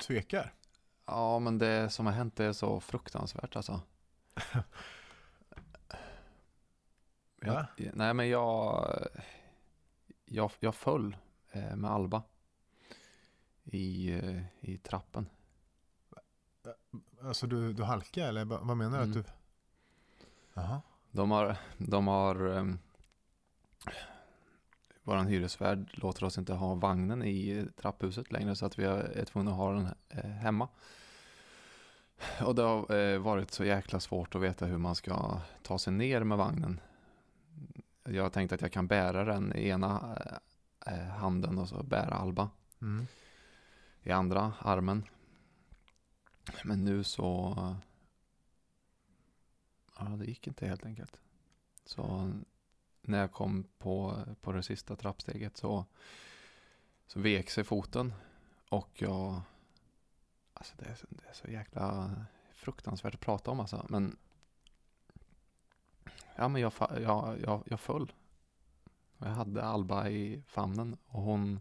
tvekar. Ja, men det som har hänt är så fruktansvärt alltså. Ja. Nej, men jag föll med Alba i trappen. Alltså du halkar eller vad menar du att du... Jaha. De har våran hyresvärd låter oss inte ha vagnen i trapphuset längre, så att vi är tvungna att ha den hemma. Och det har varit så jäkla svårt att veta hur man ska ta sig ner med vagnen. Jag har tänkt att jag kan bära den i ena handen och så bära Alba i andra armen. Men nu så... Ja, det gick inte helt enkelt. Så när jag kom på det sista trappsteget så vek sig foten. Och jag... Alltså det är så jäkla fruktansvärt att prata om alltså. Men... Ja, men jag föll. Jag hade Alba i famnen och hon...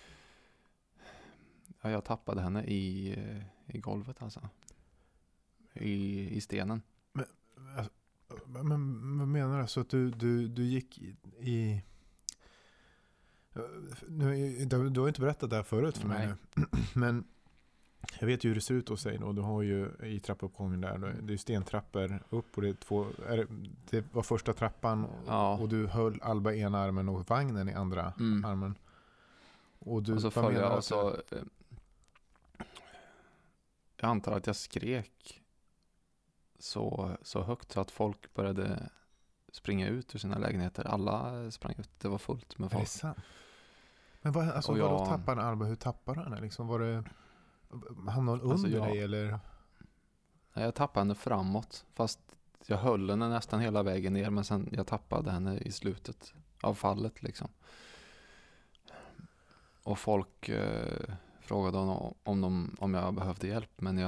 Ja, jag tappade henne i golvet alltså. I stenen. Men vad menar du? Så att du gick i... Du har inte berättat det här förut för mig nu. Men jag vet ju hur det ser ut hos dig då. Du har ju i trappuppgången där. Det är stentrappor upp och det är det var första trappan och du höll Alba i ena armen och vagnen i andra armen. Och så föll jag och så... Jag antar att jag skrek så högt så att folk började springa ut ur sina lägenheter. Alla sprang ut. Det var fullt med folk. Är det sant? Men vadå tappade Alba? Hur tappade henne? Liksom, var det... Hamnade hon under dig eller? Nej, jag tappade henne framåt. Fast jag höll henne nästan hela vägen ner. Men sen jag tappade henne i slutet av fallet liksom. Och folk frågade om jag behövde hjälp. Men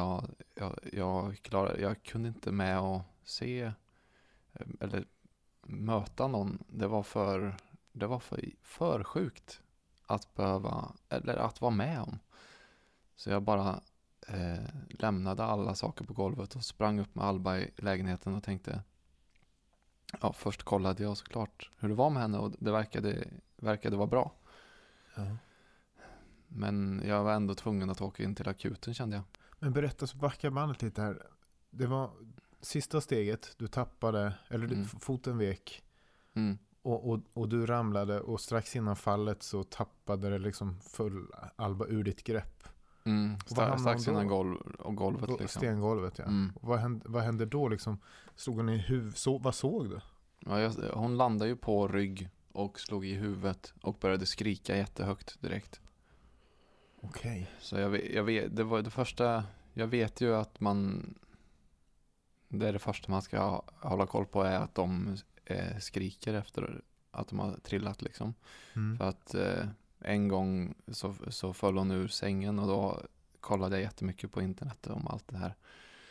jag kunde inte med att se eller möta någon. Det var för sjukt att behöva eller att vara med om. Så jag bara lämnade alla saker på golvet och sprang upp med Alba i lägenheten och tänkte... Ja, först kollade jag såklart hur det var med henne och det verkade vara bra. Ja. Men jag var ändå tvungen att åka in till akuten, kände jag. Men berätta, så backar bandet lite här. Det var sista steget, du tappade, eller foten vek. Och du ramlade och strax innan fallet så tappade det liksom full Alba ur ditt grepp. Strax innan golvet liksom. Stengolvet, ja. Vad hände då liksom? Slog hon i huvudet? Vad såg du? Ja, hon landade ju på rygg och slog i huvudet och började skrika jättehögt direkt. Okej. Så jag vet, det var det första. Jag vet ju att det är det första man ska hålla koll på, är att de skriker efter att de har trillat liksom. För att en gång så föll hon ur sängen och då kollade jag jättemycket på internet om allt det här.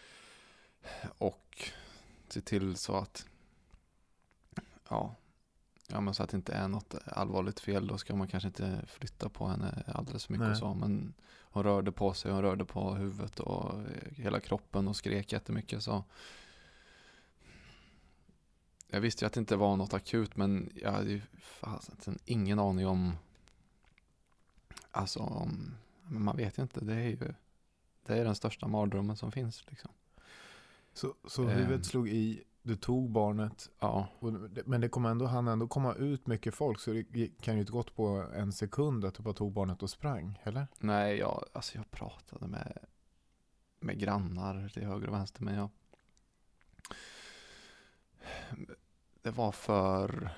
Och se till så att men så att det inte är något allvarligt fel. Då ska man kanske inte flytta på henne alldeles för mycket. Och så. Men hon rörde på sig, hon rörde på huvudet och hela kroppen och skrek jättemycket. Så jag visste ju att det inte var något akut, men jag hade ju ingen aning om... Alltså, man vet ju inte. Det är den största mardrömmen som finns liksom. Så huvudet slog i, du tog barnet. Ja. Men det han ändå komma ut mycket folk, så det kan ju inte gått på en sekund att du bara tog barnet och sprang, eller? Nej, jag pratade med grannar till höger och vänster, men det var för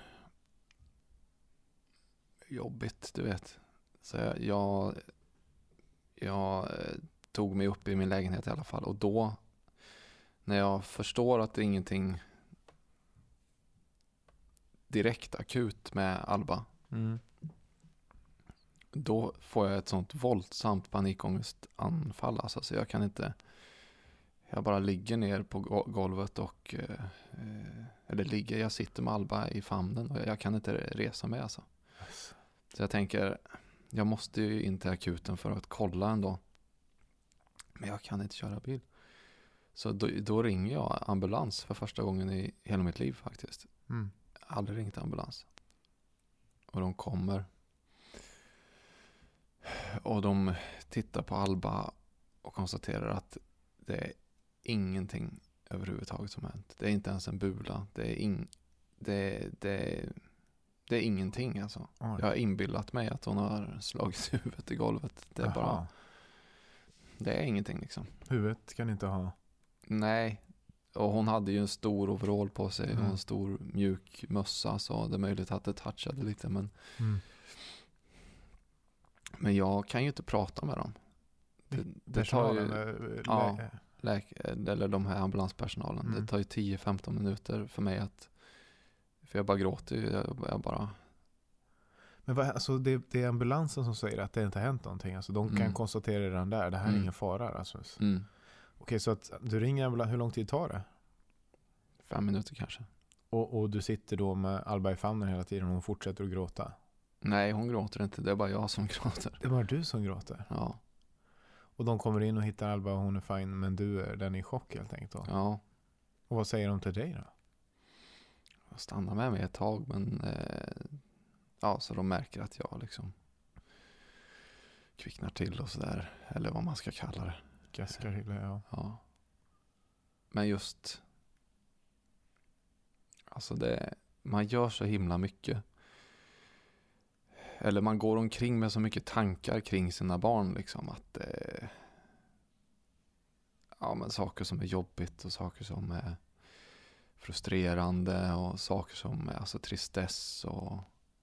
jobbigt, du vet. Så jag tog mig upp i min lägenhet i alla fall. Och då, när jag förstår att det är ingenting direkt akut med Alba, då får jag ett sånt våldsamt panikångestanfall. Alltså, så jag kan inte... Jag bara ligger ner på golvet och... jag sitter med Alba i famnen och jag kan inte resa mig alltså. Så jag tänker, jag måste ju in till akuten för att kolla ändå. Men jag kan inte köra bil. Så då ringer jag ambulans för första gången i hela mitt liv faktiskt. Mm. Aldrig ringt ambulans. Och de kommer. Och de tittar på Alba och konstaterar att det är ingenting överhuvudtaget som hänt. Det är inte ens en bula. Det är ingenting alltså. Oj. Jag har inbillat mig att hon har slagit huvudet i golvet. Det är Jaha. bara... Det är ingenting liksom. Huvudet kan inte ha... Nej. Och hon hade ju en stor overall på sig och Mm. en stor mjuk mössa, så det är möjligt att det touchade lite, men jag kan ju inte prata med dem. Det tar ju eller de här ambulanspersonalen. Mm. Det tar ju 10-15 minuter för mig för jag bara gråter ju. Jag bara... Men alltså det är ambulansen som säger att det inte har hänt någonting. Alltså de kan konstatera redan där. Det här är ingen fara. Alltså. Okej, så att du ringer ambulans. Hur lång tid tar det? 5 minuter kanske. Och du sitter då med Alba i famnen hela tiden och hon fortsätter att gråta? Nej, hon gråter inte. Det är bara jag som gråter. Det är bara du som gråter? Ja. Och de kommer in och hittar Alba och hon är fin, men den är i chock helt enkelt då? Ja. Och vad säger de till dig då? Jag stannar med mig ett tag, men så de märker att jag liksom kvicknar till och sådär. Eller vad man ska kalla det. Gaskar till, ja. Men just... Alltså man gör så himla mycket. Eller man går omkring med så mycket tankar kring sina barn liksom, att men saker som är jobbigt och saker som är frustrerande och saker som är alltså tristess och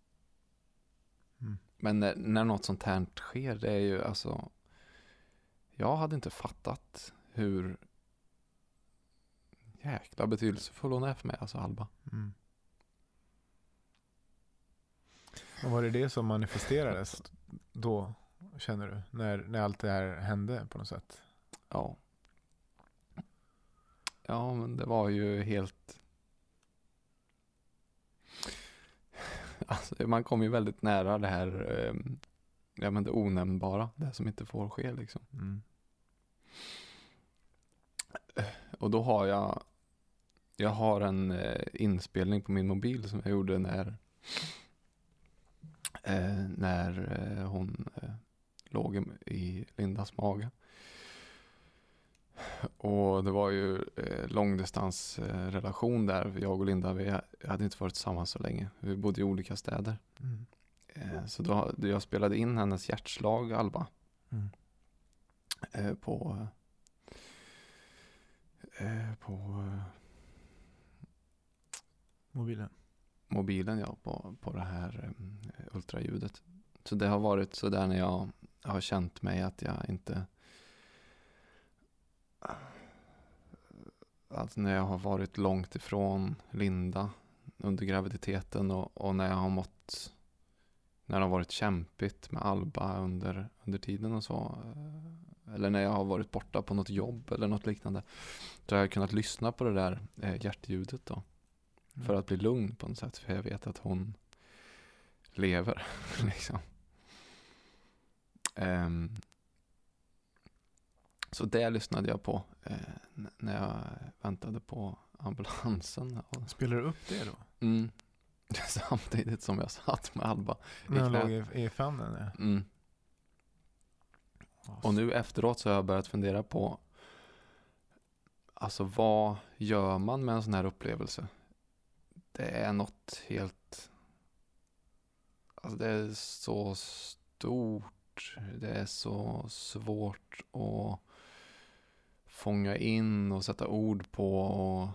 men när något sånt här sker, det är ju alltså, jag hade inte fattat hur jäkla betydelsefull hon är för mig, alltså Alba. Och var det som manifesterades då, känner du? När allt det här hände på något sätt? Ja. Ja, men det var ju helt... Alltså, man kom ju väldigt nära det här det onämnbara, det som inte får ske liksom. Och då har jag har en inspelning på min mobil som jag gjorde när hon låg i Lindas mage. Och det var ju långdistansrelation där. Jag och Linda, vi hade inte varit tillsammans så länge. Vi bodde i olika städer. Så då jag spelade in hennes hjärtslag, Alba. På mobilen, ja, på det här ultraljudet. Så det har varit så där när jag har känt mig att jag inte... Alltså när jag har varit långt ifrån Linda under graviditeten och när jag har när det har varit kämpigt med Alba under tiden och så, eller när jag har varit borta på något jobb eller något liknande, så har jag kunnat lyssna på det där hjärtljudet då, för att bli lugn på något sätt, för jag vet att hon lever liksom. Så det lyssnade jag på när jag väntade på ambulansen. Spelar du upp det då? Samtidigt som jag satt med Alba. När han låg i famnen? Ja. Och nu efteråt så har jag börjat fundera på, alltså vad gör man med en sån här upplevelse? Det är något helt... Alltså det är så stort. Det är så svårt att fånga in och sätta ord på och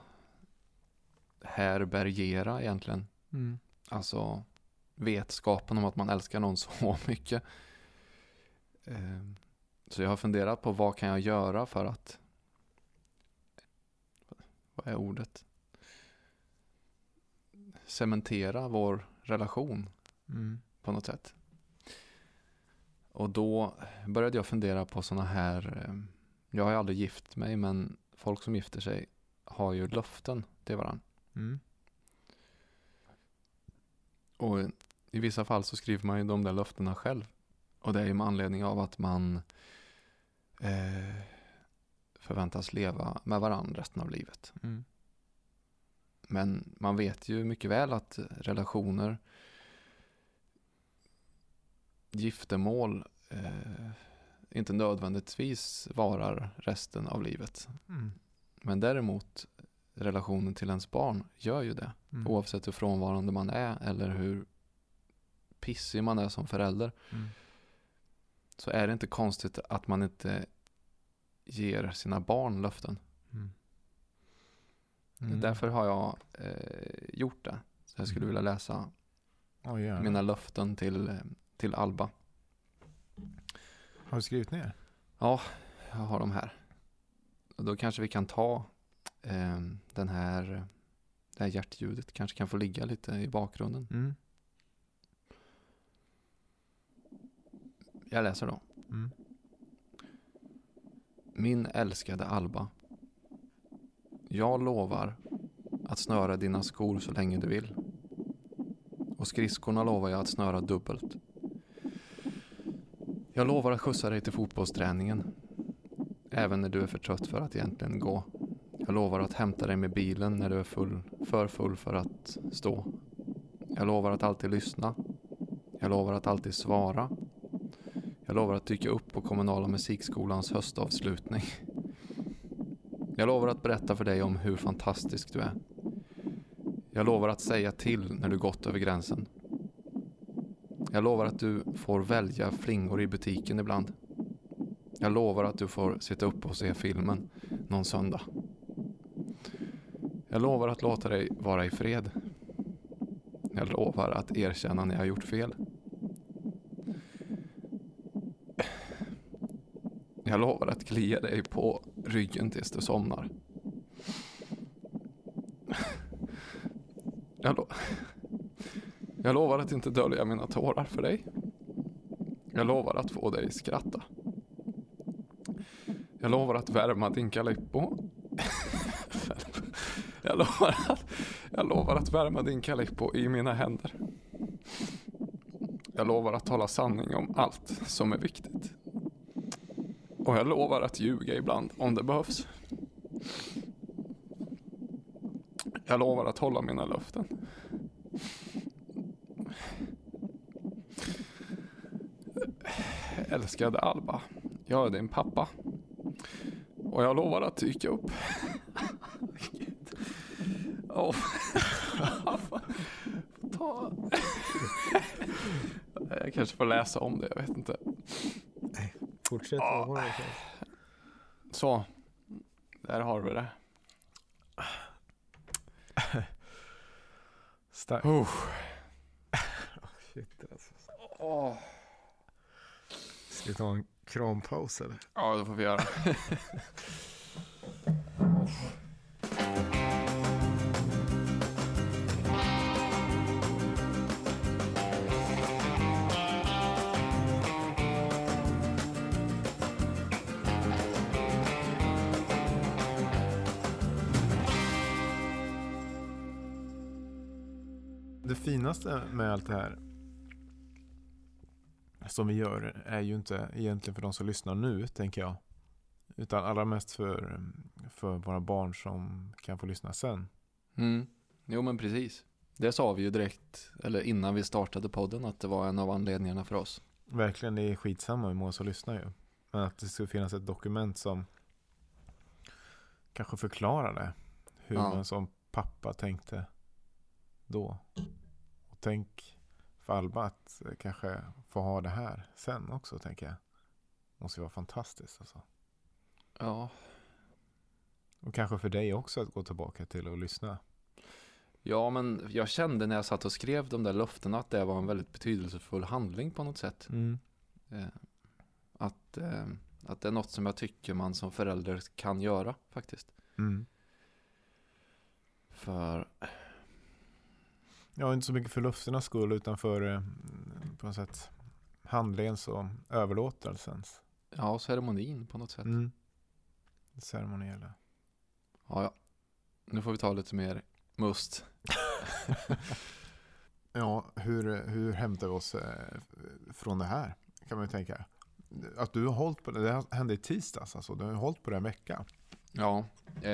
härbärgera egentligen. Alltså vetskapen om att man älskar någon så mycket. Så jag har funderat på vad kan jag göra för att... Vad är ordet? Cementera vår relation på något sätt. Och då började jag fundera på såna här... Jag har ju aldrig gift mig, men folk som gifter sig har ju löften till varandra. Och i vissa fall så skriver man ju de där löftena själv. Och det är ju med anledning av att man förväntas leva med varandra resten av livet. Mm. Men man vet ju mycket väl att relationer, giftermål inte nödvändigtvis varar resten av livet. Mm. Men däremot relationen till ens barn gör ju det. Mm. Oavsett hur frånvarande man är eller hur pissig man är som förälder. Mm. Så är det inte konstigt att man inte ger sina barn löften. Mm. Därför har jag gjort det. Så jag skulle vilja läsa mina löften till Alba. Har du skrivit ner? Ja, jag har de här. Och då kanske vi kan ta det här hjärtljudet. Kanske kan få ligga lite i bakgrunden. Mm. Jag läser då. Mm. Min älskade Alba. Jag lovar att snöra dina skor så länge du vill. Och skridskorna lovar jag att snöra dubbelt. Jag lovar att skjutsa dig till fotbollsträningen. Även när du är för trött för att egentligen gå. Jag lovar att hämta dig med bilen när du är för full för att stå. Jag lovar att alltid lyssna. Jag lovar att alltid svara. Jag lovar att dyka upp på kommunala musikskolans höstavslutning. Jag lovar att berätta för dig om hur fantastisk du är. Jag lovar att säga till när du gått över gränsen. Jag lovar att du får välja flingor i butiken ibland. Jag lovar att du får sitta upp och se filmen någon söndag. Jag lovar att låta dig vara i fred. Jag lovar att erkänna när jag har gjort fel. Jag lovar att klia dig på ryggen tills du somnar. Jag lovar att inte dölja mina tårar för dig. Jag lovar att få dig skratta. Jag lovar att värma din Calippo. Jag lovar att värma din Calippo i mina händer. Jag lovar att tala sanning om allt som är viktigt. Och jag lovar att ljuga ibland om det behövs. Jag lovar att hålla mina löften. Älskade Alba, jag är din pappa. Och jag lovar att dyka upp. Oh. Jag kanske får läsa om det, jag vet inte. Fortsätt. Så, där har vi det. Starkt. Shit, alltså. Ska vi ta en krampaus eller? Ja, det får vi göra. Det finaste med allt det här som vi gör är ju inte egentligen för de som lyssnar nu, tänker jag. Utan allra mest för våra barn som kan få lyssna sen. Mm. Jo, men precis. Det sa vi ju direkt, eller innan vi startade podden, att det var en av anledningarna för oss. Verkligen, det är skitsamma hur många som lyssnar ju. Men att det ska finnas ett dokument som kanske förklarar det. Hur man som pappa tänkte då. Och tänk för Alba att kanske få ha det här sen också, tänker jag. Måste ju vara fantastiskt alltså. Ja. Och kanske för dig också att gå tillbaka till och lyssna. Ja, men jag kände när jag satt och skrev de där löftena att det var en väldigt betydelsefull handling på något sätt. Mm. Att det är något som jag tycker man som förälder kan göra faktiskt. Mm. För... Ja, inte så mycket för löftenas skull utan för på något sätt handlingens och överlåtelsens. Ja, ceremonin på något sätt. Mm. Ceremoniella. Ja. Nu får vi ta lite mer must. Ja, hur hämtar vi oss från det här? Kan man ju tänka. Att du har hållit på det hände i tisdags alltså. Du har hållit på det en vecka. Ja,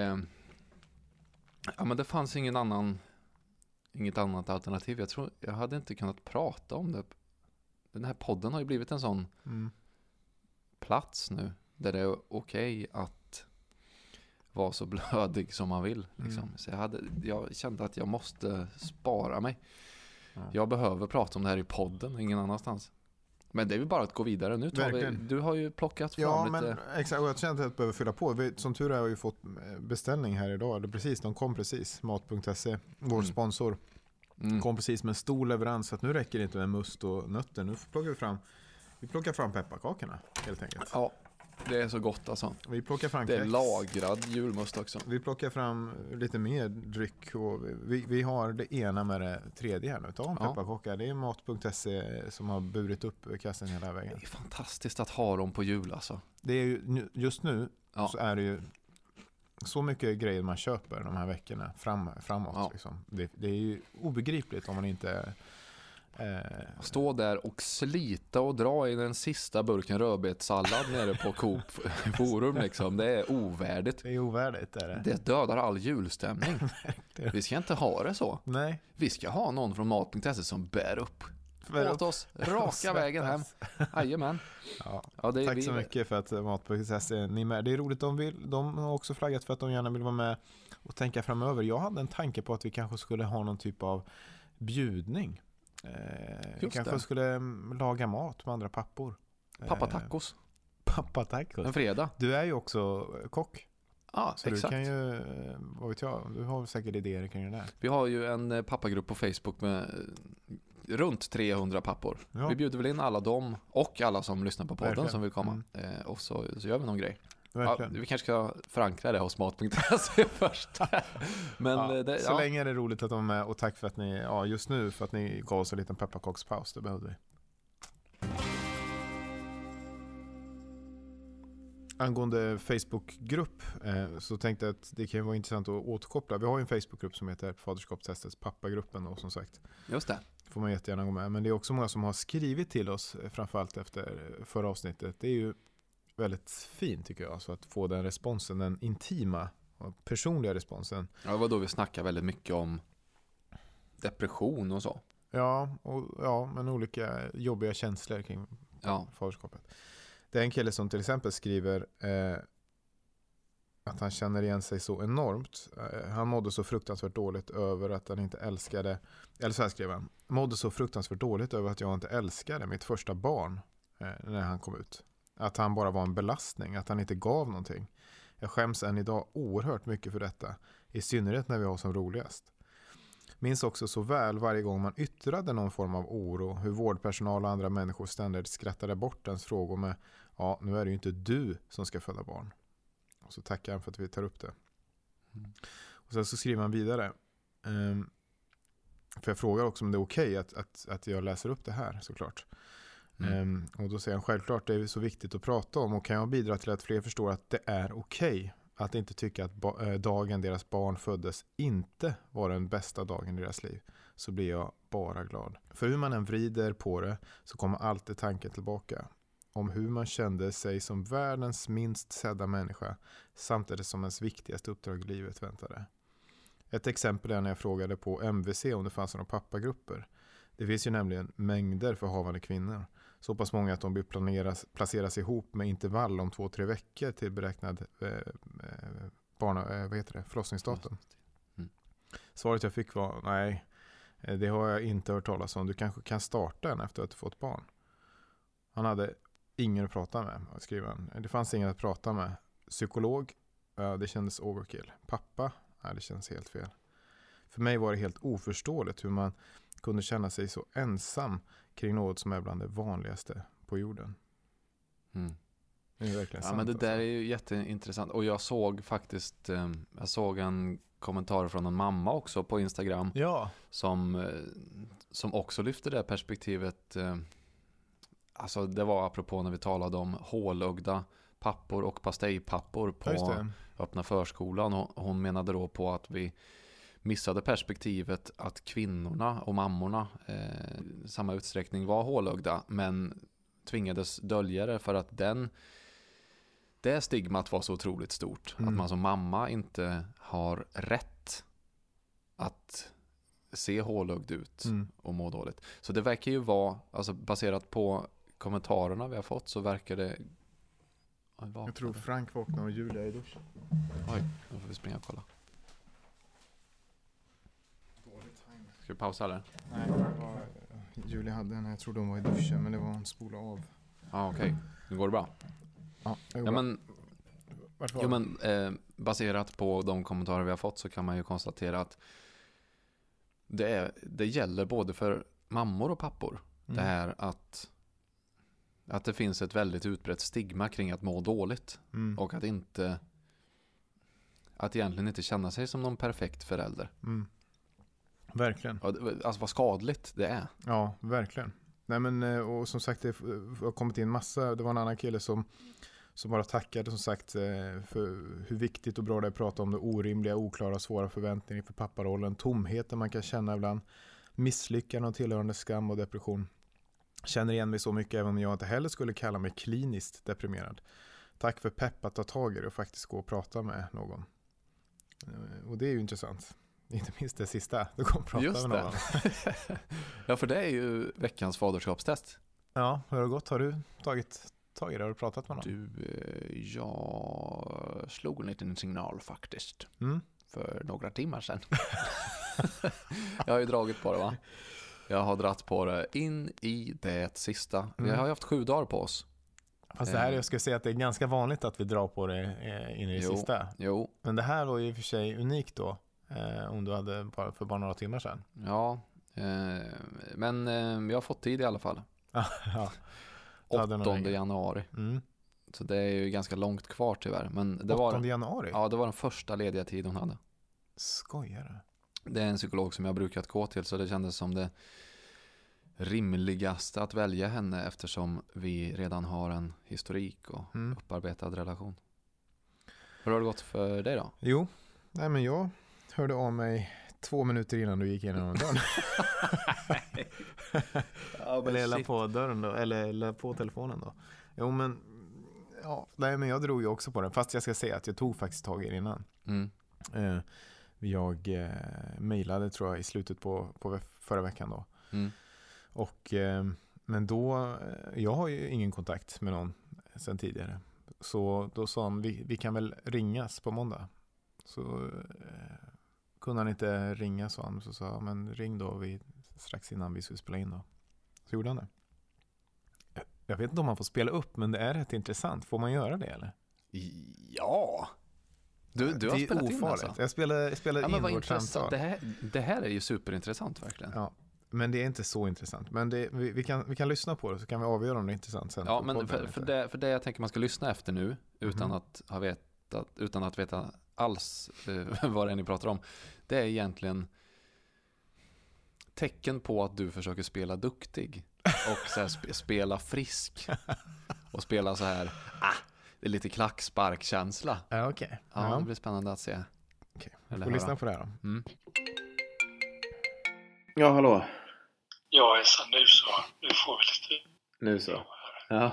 ja, men det fanns inget annat alternativ. Jag tror jag hade inte kunnat prata om det. Den här podden har ju blivit en sån plats nu där det är okej att vara så blödig som man vill. Liksom. Så jag kände att jag måste spara mig. Ja. Jag behöver prata om det här i podden, ingen annanstans. Men det är ju bara att gå vidare. Nu du har ju plockat fram lite... Men exakt, och jag känner att jag behöver fylla på. Som tur är har jag ju fått beställning här idag. De kom precis. Mat.se, vår sponsor. Kom precis med en stor leverans. Så att nu räcker det inte med must och nötter. Nu plockar fram pepparkakorna helt enkelt. Ja, det är så gott alltså. Vi plockar fram det är lagrad julmust också. Vi plockar fram lite mer dryck. Och vi har det ena med det tredje här nu. Ta en pepparkaka. Det är Mat.se som har burit upp kassen hela vägen. Det är fantastiskt att ha dem på jul alltså. Det är ju, just nu så är det ju så mycket grejer man köper de här veckorna framåt. Ja. Liksom. Det är ju obegripligt om man inte... Stå där och slita och dra i den sista burken rödbetssallad nere på Coop Forum liksom. Det är ovärdigt. Det är ovärdigt, är det. Det dödar all julstämning. Vi ska inte ha det så. Nej. Vi ska ha någon från Mat.se som bär upp åt oss raka vägen hem. Jajamän. Ja, tack så mycket för att Mat.se ni med. Det är roligt, de har också flaggat för att de gärna vill vara med och tänka framöver. Jag hade en tanke på att vi kanske skulle ha någon typ av bjudning. Vi kanske skulle laga mat med andra pappor. Pappatacos. Pappatacos. En fredag. Du är ju också kock. Ja, så exakt. Du kan ju, vad vet jag, du har säkert idéer kring det där. Vi har ju en pappagrupp på Facebook med runt 300 pappor. Ja. Vi bjuder väl in alla dem och alla som lyssnar på podden. Verkligen. Som vill komma. Och så gör vi någon grej. Ja, vi kanske ska förankra det hos Mat.se först. Men så länge är det roligt att de är med, och tack för att ni, just nu för att ni gav oss en liten pepparkakspaus, det behövde vi. Angående Facebookgrupp så tänkte jag att det kan vara intressant att återkoppla. Vi har ju en Facebookgrupp som heter Faderskapstestets pappagruppen och som sagt. Just det. Får man jättegärna gå med. Men det är också många som har skrivit till oss, framförallt efter förra avsnittet. Det är ju väldigt fint tycker jag, så att få den responsen, den intima och personliga responsen. Ja, det var då vi snackade väldigt mycket om depression och så. Ja, men olika jobbiga känslor kring faderskapet. Det är en kille som till exempel skriver att han känner igen sig så enormt. Han mådde så fruktansvärt dåligt över att han inte älskade, eller så här skrev han: mådde så fruktansvärt dåligt över att jag inte älskade mitt första barn när han kom ut. Att han bara var en belastning, att han inte gav någonting. Jag skäms än idag oerhört mycket för detta, i synnerhet när vi har som roligast. Minns också så väl varje gång man yttrade någon form av oro, hur vårdpersonal och andra människor ständigt skrattade bort ens frågor med: ja, nu är det ju inte du som ska föda barn. Och så tackar han för att vi tar upp det. Och sen så skriver han vidare. För jag frågar också om det är okej att jag läser upp det här, såklart. Och då säger han: självklart, det är så viktigt att prata om, och kan jag bidra till att fler förstår att det är okej att inte tycka att dagen deras barn föddes inte var den bästa dagen i deras liv, så blir jag bara glad. För hur man än vrider på det så kommer alltid tanken tillbaka om hur man kände sig som världens minst sedda människa, samtidigt som ens viktigaste uppdrag i livet väntade. Ett exempel är när jag frågade på MVC om det fanns några pappagrupper. Det finns ju nämligen mängder förhavande kvinnor. Så pass många att de blir placeras ihop med intervall om 2-3 veckor till beräknad förlossningsdatum. Svaret jag fick var: nej, det har jag inte hört talas om. Du kanske kan starta den efter att du fått barn. Han hade ingen att prata med, skriver han. Det fanns ingen att prata med. Psykolog, det kändes overkill. Pappa, det känns helt fel. För mig var det helt oförståeligt hur man kunde känna sig så ensam kring något som är bland det vanligaste på jorden. Det är verkligen sant. Men det där är ju jätteintressant. Och jag såg faktiskt en kommentar från en mamma också på Instagram. Ja. Som också lyfte det perspektivet. Alltså det var apropå när vi talade om hålögda pappor och pastejpappor på öppna förskolan. Och hon menade då på att vi missade perspektivet att kvinnorna och mammorna i samma utsträckning var hålögda, men tvingades dölja det för att det stigmat var så otroligt stort. Att man som mamma inte har rätt att se hålögd ut och må dåligt. Så det verkar ju vara, alltså baserat på kommentarerna vi har fått, så verkar det... Jag tror Frank vaknar och Julia är i duschen. Oj, då får vi springa och kolla. Ska vi pausa eller? Nej, Julia hade den. Jag tror de var i duschen, men det var en spola av. Ja, okej. Nu går det bra. Ja, men baserat på de kommentarer vi har fått så kan man ju konstatera att det gäller både för mammor och pappor. Det här att det finns ett väldigt utbrett stigma kring att må dåligt och att egentligen inte känna sig som någon perfekt förälder. Verkligen. Alltså vad skadligt det är. Ja, verkligen. Nej, men och som sagt, det har kommit in massa. Det var en annan kille som bara tackade, som sagt, för hur viktigt och bra det är att prata om det orimliga, oklara, svåra förväntningar för papparollen, tomheten man kan känna ibland, misslyckande och tillhörande skam och depression. Känner igen mig så mycket, även om jag inte heller skulle kalla mig kliniskt deprimerad. Tack för pepp att ta tag i det och faktiskt gå och prata med någon. Och det är ju intressant. Inte minst det sista. Du kommer prata Just med någon. Ja, för det är ju veckans faderskapstest. Ja, hur har det gått? Har du tagit tag i det? Har du pratat med någon? Jag slog en liten signal faktiskt. För några timmar sedan. Jag har ju dragit på det, va? Jag har dratt på det in i det sista. Vi har ju haft 7 dagar på oss. Fast det här, jag skulle säga att det är ganska vanligt att vi drar på det in i det sista. Jo. Men det här var ju i och för sig unikt då. Om du hade för bara några timmar sedan. Ja, men jag har fått tid i alla fall. Ja. 8 januari. Så det är ju ganska långt kvar tyvärr. Men det 8 januari? Ja, det var den första lediga tid hon hade. Skojar du? Det är en psykolog som jag brukat gå till, så det kändes som det rimligaste att välja henne eftersom vi redan har en historik och upparbetad relation. Hur har det gått för dig då? Jo, nej, men jag hörde av mig 2 minuter innan du gick igenom dörren. Eller på dörren då, eller på telefonen då. Jo, men ja, nej, men jag drog ju också på den. Fast jag ska säga att jag tog faktiskt tag i det innan. Jag mejlade, tror jag, i slutet på förra veckan då. Och men då, jag har ju ingen kontakt med någon sedan tidigare. Så då sa han, vi kan väl ringas på måndag. Så kunde han inte ringa, sa han. Så sa han, men ring då strax innan vi skulle spela in då. Så gjorde han det. Jag vet inte om man får spela upp, men det är rätt intressant. Får man göra det eller? Ja. Du har spelat in alltså? Jag spelade in vårt samtal. Det här är ju superintressant verkligen. Ja, men det är inte så intressant. Men vi kan lyssna på det, så kan vi avgöra om det är intressant sen. Ja, men för det jag tänker man ska lyssna efter nu utan att veta alls vad det är ni pratar om. Det är egentligen tecken på att du försöker spela duktig och så här spela frisk och spela så här det är lite klacksparkkänsla. Ja, okej. Ja, det blir spännande att se. Okej. Vi får lyssna på det här då. Ja, hallå. Ja, nu så. Nu får vi lite... Nu så. Ja.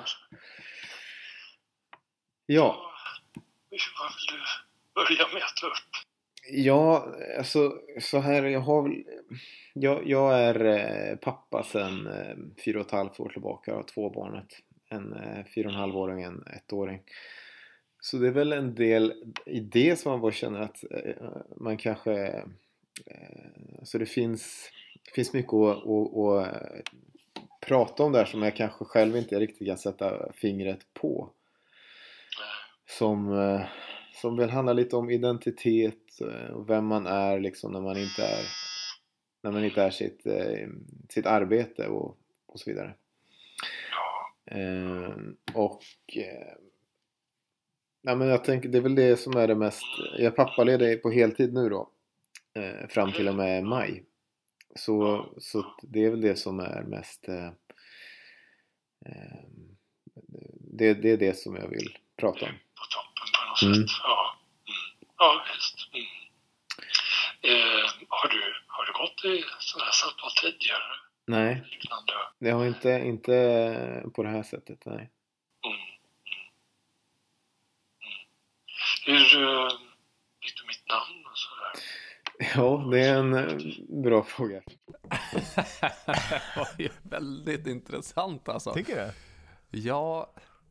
Ja. Vad vill du börja med att ta upp? Ja, alltså så här, jag är pappa sedan 4,5 år tillbaka. Jag har 2 barn, en 4,5-åring och en 1-åring. Så det är väl en del i det som man bara känner att man kanske... Så det finns mycket att prata om där som jag kanske själv inte riktigt kan sätta fingret på. Som väl handlar lite om identitet och vem man är liksom när man inte är sitt arbete och så vidare. Ja, men jag tänker det är väl det som är det mest. Jag är pappaledig på heltid nu då fram till och med maj. Så det är väl det som är mest det är det som jag vill prata om. På toppen på något sätt. Ja, visst. Har du gått i sådana här samtal tidigare? Nej. Jag har inte på det här sättet, nej. Hur fick du mitt namn och sådär? Ja, det är en bra fråga. Det var ju väldigt intressant alltså. Tycker du? Ja,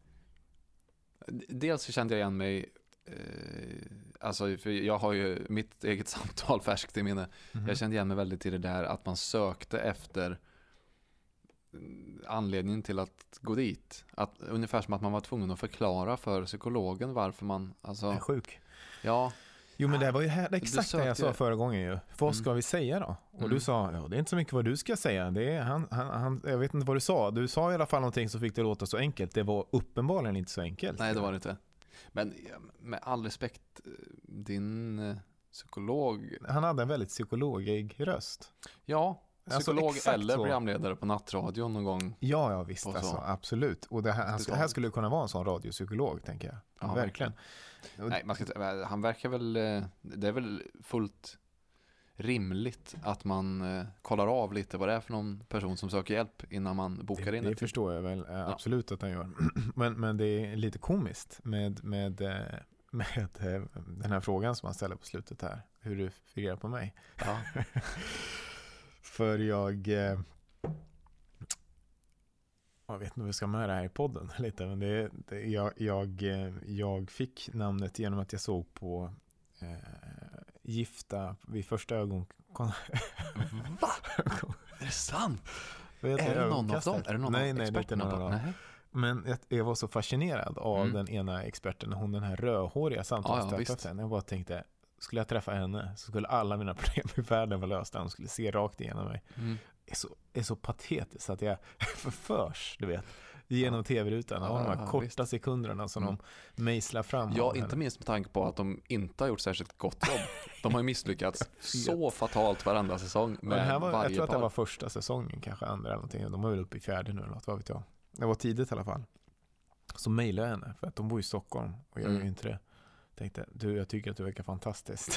dels så kände jag igen mig, alltså för jag har ju mitt eget samtal färskt i minne. Jag kände igen mig väldigt i det där att man sökte efter anledningen till att gå dit. Ungefär som att man var tvungen att förklara för psykologen varför man, alltså, Jag är sjuk. Ja. Jo, men det var ju exakt det jag sa förra gången ju. Vad ska vi säga då? Och du sa, ja, det är inte så mycket vad du ska säga. Det är han, jag vet inte vad du sa. Du sa i alla fall någonting som fick det låta så enkelt. Det var uppenbarligen inte så enkelt. Nej, det var det inte. Men med all respekt, din psykolog... Han hade en väldigt psykologig röst. Ja, psykolog alltså, eller så. programledare på nattradion någon gång. Ja, visst. Alltså, absolut. Och det här skulle kunna vara en sån radiopsykolog, tänker jag. Ja, verkligen. Nej, han verkar väl... Det är väl fullt rimligt att man kollar av lite vad det är för någon person som söker hjälp innan man bokar in. Det förstår jag väl absolut att han gör. Men det är lite komiskt med den här frågan som han ställer på slutet här. Hur du figurerar på mig. Ja. För jag vet inte hur vi ska med det här i podden lite, men jag fick namnet genom att jag såg på Gifta vid första ögon. Va? Är det sant? Är det någon av dem? Är det någon nej, av det är inte någon av dem. Nej. Men jag var så fascinerad av den ena experten, den här rödhåriga samtalsterapeuten. Jag bara tänkte, skulle jag träffa henne så skulle alla mina problem i världen vara lösta. Hon skulle se rakt igenom mig. Är så patetiskt att jag förförs, du vet, genom tv-rutan av de här korta sekunderna som de mejslar fram. Ja, inte minst med tanke på att de inte har gjort särskilt gott jobb. De har ju misslyckats så fatalt varenda säsong med här varje jag tror att det par. var första säsongen, kanske andra eller någonting. De var väl uppe i fjärde nu eller något, vad vet jag. Det var tidigt i alla fall. Så mejlade jag henne, för att de bor i Stockholm och jag gör ju inte det. Tänkte, jag tycker att du verkar fantastisk.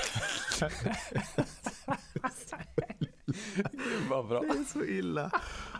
Det var bra. Det är så illa.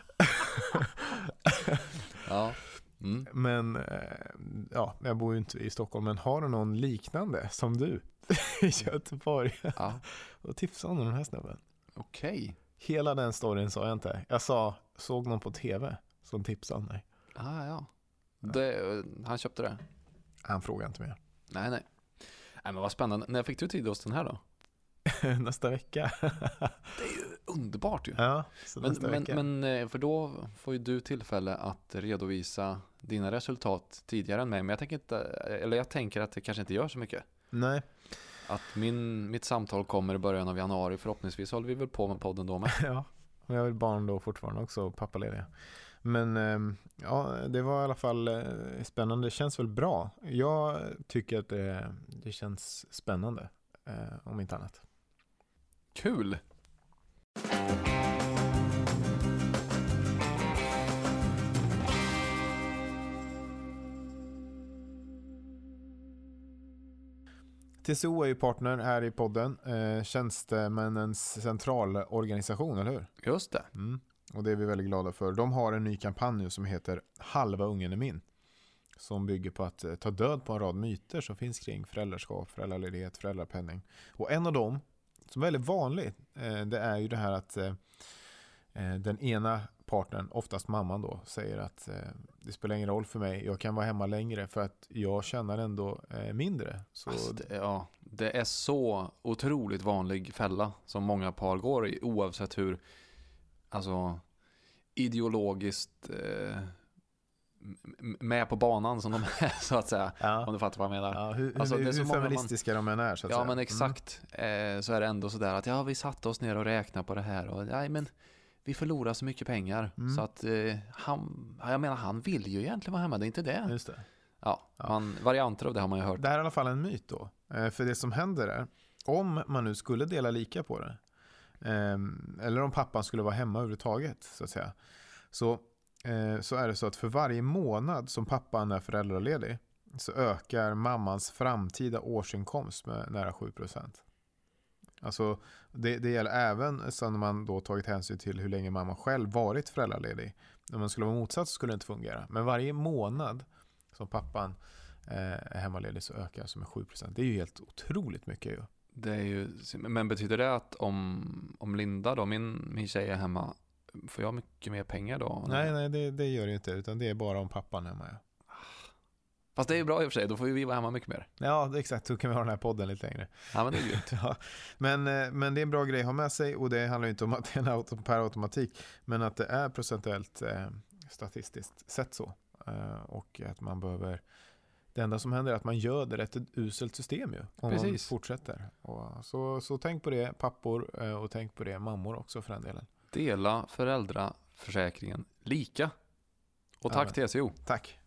Ja. Men jag bor ju inte i Stockholm, men har du någon liknande som du i Göteborg? Ja. Och tipsa om den här snubben. Okej. Hela den storyn sa jag inte. Jag såg någon på tv som tipsade om mig. Ja. Han köpte det. Han frågade inte mer. Nej, men vad spännande. När fick du tid hos den här då? Nästa vecka. Det är ju underbart ju. Ja, så nästa vecka. Men för då får ju du tillfälle att redovisa dina resultat tidigare än mig. Men jag tänker att det kanske inte gör så mycket. Nej. Att mitt samtal kommer i början av januari. Förhoppningsvis håller vi väl på med podden då med. Ja, och jag har barn då fortfarande också, pappalediga. Men det var i alla fall spännande. Det känns väl bra. Jag tycker att det känns spännande, om inte annat. Kul! TCO är ju partner här i podden. Tjänstemännens centralorganisation, eller hur? Just det. Och det är vi väldigt glada för. De har en ny kampanj som heter Halva ungen är min. Som bygger på att ta död på en rad myter som finns kring föräldraskap, föräldraledighet, föräldrapenning. Och en av dem, som är väldigt vanlig, det är ju det här att den ena partnern, oftast mamman då, säger att det spelar ingen roll för mig, jag kan vara hemma längre för att jag tjänar ändå mindre. Så... Alltså, det är så otroligt vanlig fälla som många par går i, oavsett hur ideologiskt med på banan som de är, så att säga. Ja. Om du fattar vad jag menar. Ja, hur feministiska de än är, så att säga. Men exakt. Så är det ändå sådär att vi satte oss ner och räknade på det här och men vi förlorar så mycket pengar så att han vill ju egentligen vara hemma, det är inte det. Just det. Varianter av det har man ju hört. Det här är i alla fall en myt då. För det som händer är, om man nu skulle dela lika på det, eller om pappan skulle vara hemma överhuvudtaget, så att säga, så är det så att för varje månad som pappan är föräldraledig så ökar mammans framtida årsinkomst med nära 7%. Alltså det gäller även som man då tagit hänsyn till hur länge mamma själv varit föräldraledig. Om man skulle vara motsatt så skulle det inte fungera. Men varje månad som pappan är hemmaledig så ökar alltså med 7%. Det är ju helt otroligt mycket ju. Det är ju, men betyder det att om Linda då, min tjej är hemma, får jag mycket mer pengar då? Nej, det gör det inte, utan det är bara om pappan är hemma. Ja. Fast det är ju bra i och för sig, då får ju vi vara hemma mycket mer. Ja, exakt. Så kan vi ha den här podden lite längre. Ja, men det är ju ja. Men det är en bra grej att ha med sig, och det handlar ju inte om att det är en per automatik, men att det är procentuellt statistiskt sett så. Och att man behöver... Det enda som händer är att man gör det ett uselt system ju, om man fortsätter. Och så tänk på det, pappor, och tänk på det, mammor också för den delen. Dela föräldraförsäkringen lika. Och tack TCO. Tack.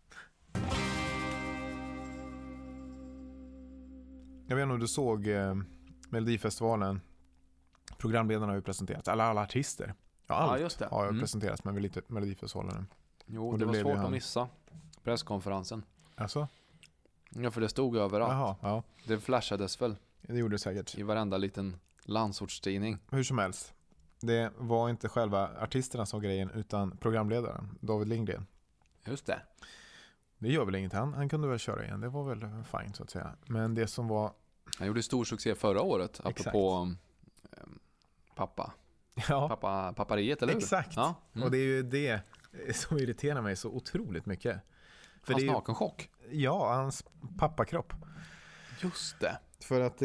Jag vet inte om du såg Melodifestivalen. Programledarna har ju presenterats. Alla artister. Ja, allt just det. Har ju presenterats med Melodifestivalen nu. Jo, det var svårt att missa presskonferensen. Alltså? Ja, för det stod överallt. Jaha, ja. Det flashades väl. Det gjorde det säkert. I varenda liten landsortstidning. Hur som helst. Det var inte själva artisterna som grejen, utan programledaren, David Lindgren. Just det. Det gör väl inget. Han kunde väl köra igen. Det var väl fint så att säga. Men det som var... Han gjorde stor succé förra året, apropå pappa. Ja. Pappariet, eller hur? Exakt. Ja. Och det är ju det som irriterar mig så otroligt mycket. För hans nakenchock? Ja, hans pappakropp. Just det. För att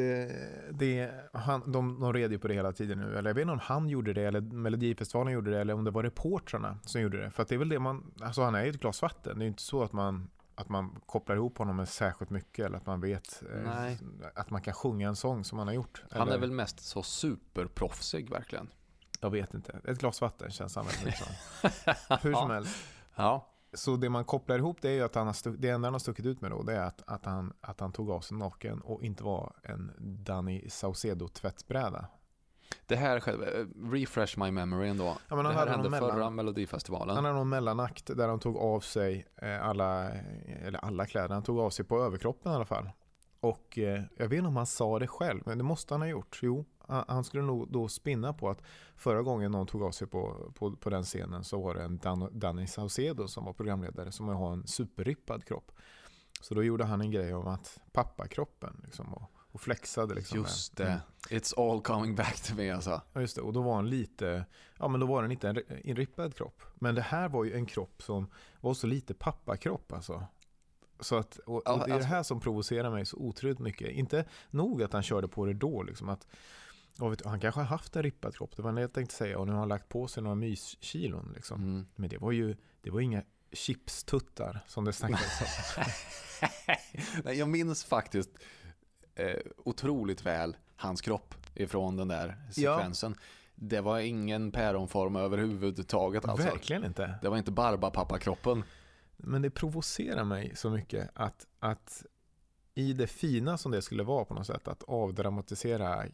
de red ju på det hela tiden nu. Eller jag vet inte om han gjorde det, eller Melodifestivalen gjorde det, eller om det var reportrarna som gjorde det. För att det är väl det alltså han är ju ett glas vatten. Det är ju inte så att man kopplar ihop honom med särskilt mycket, eller att man vet att man kan sjunga en sång som han har gjort. Han är väl mest så superproffsig verkligen. Jag vet inte. Ett glas vatten känns han väldigt som. Hur som helst. Ja. Så det man kopplar ihop, det är ju att det enda han har stuckit ut med då, det är att han tog av sig naken och inte var en Danny Saucedo-tvättbräda. Det här refresh my memory ändå. Ja, det här hände förra Melodifestivalen. Han hade någon mellanakt där han tog av sig alla kläder. Han tog av sig på överkroppen i alla fall. Och jag vet inte om han sa det själv, men det måste han ha gjort. Jo, han skulle nog då spinna på att förra gången någon tog av sig på den scenen så var det en Danny Saucedo som var programledare, som har en superrippad kropp. Så då gjorde han en grej om att pappakroppen liksom, och flexade liksom. Just det. It's all coming back to me alltså. Ja, just det. Och då var han lite, en rippad kropp. Men det här var ju en kropp som var så lite pappakropp alltså. Så att, och det är det här som provocerar mig så otroligt mycket. Inte nog att han körde på det då liksom, att han kanske har haft en rippad kropp, det var det jag tänkte säga, och nu har han lagt på sig några myskilon liksom. Men det var inga chipstuttar som det snackades om. Nej, jag minns faktiskt otroligt väl hans kropp ifrån den där sekvensen. Ja. Det var ingen päronform överhuvudtaget alltså. Verkligen inte. Det var inte Barba-pappa-kroppen. Men det provocerar mig så mycket att i det fina som det skulle vara på något sätt, att avdramatisera